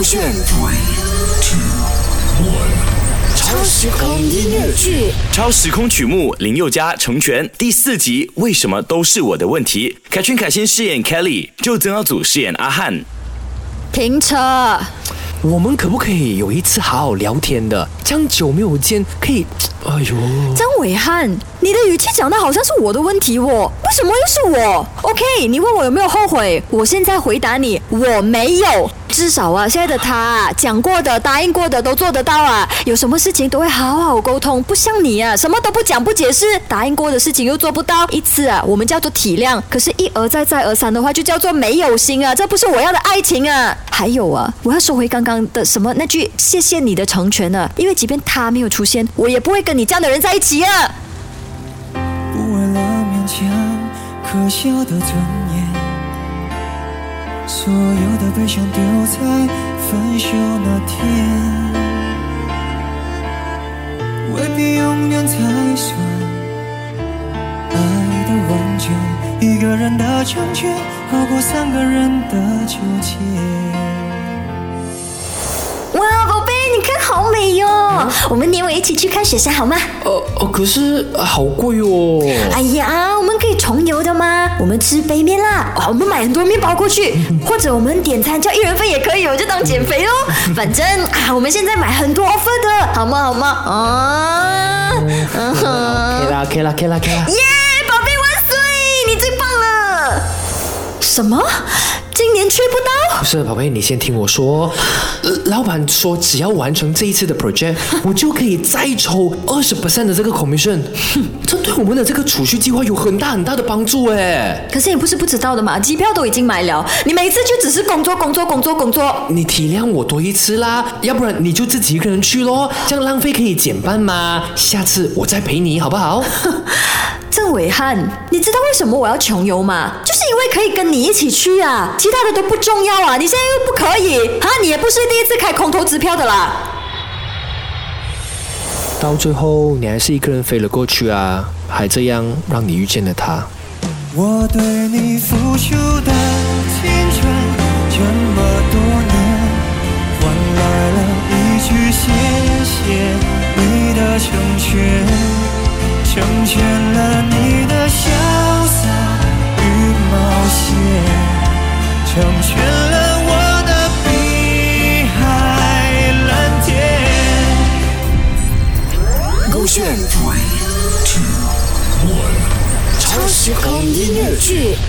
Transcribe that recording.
勾选超时空音乐剧， 超时空曲目林宥嘉成全第4集，为什么都是我的问题？凯旋凯欣饰演 Kelly， 就曾耀祖饰演阿汉。 停车！ 我们可不可以有一次好好聊天的？这样久没有见，可以……哎呦， 张伟汉，你的语气讲的好像是我的问题哦，为什么又是我 ？OK， 你问我有没有后悔？我现在回答你，我没有。至少啊，现在的他讲过的、答应过的都做得到啊。有什么事情都会好好沟通，不像你啊，什么都不讲不解释，答应过的事情又做不到。一次啊，我们叫做体谅，可是一而再再而三的话，就叫做没有心啊，这不是我要的爱情啊。还有啊，我要收回刚刚的什么那句谢谢你的成全啊，因为即便他没有出现，我也不会跟你这样的人在一起啊。 不为了勉强可笑的尊严，所有的悲伤丢在分手那天，未必永远才算爱的完整，一个人的成全好过3个人的纠结。 哇，宝贝，你看好美哟！我们年尾一起去看雪山好吗？ 可是好贵哦。 哎呀，我们可以重游的吗？我们吃杯面啦，我们买很多面包过去，或者我们点餐叫1人份也可以，我就当减肥咯。反正我们现在买很多 offer 的，好吗？好吗？啊可以啦。 耶，宝贝万岁，你最棒了！什么？今年去不到？ 不是，宝贝，你先听我说。老板说，只要完成这一次的 project， 我就可以再抽20% 的这个 commission。这对我们的这个储蓄计划有很大的帮助哎。 可是你不是不知道的嘛，机票都已经买了，你每次就只是工作。 你体谅我多一次啦，要不然你就自己一个人去咯，这样浪费可以减半嘛。下次我再陪你，好不好？ 郑伟汉，你知道为什么我要穷游吗？就是因为可以跟你一起去啊，其他的都不重要啊。你现在又不可以啊，你也不是第一次开空头支票的啦。 到最后你还是一个人飞了过去啊，还这样让你遇见了他。 我对你付出的青春这么多年，换来了一句谢谢你的成全，成全了你的潇洒与冒险，成全了我的碧海蓝天。 勾选超时空音乐剧。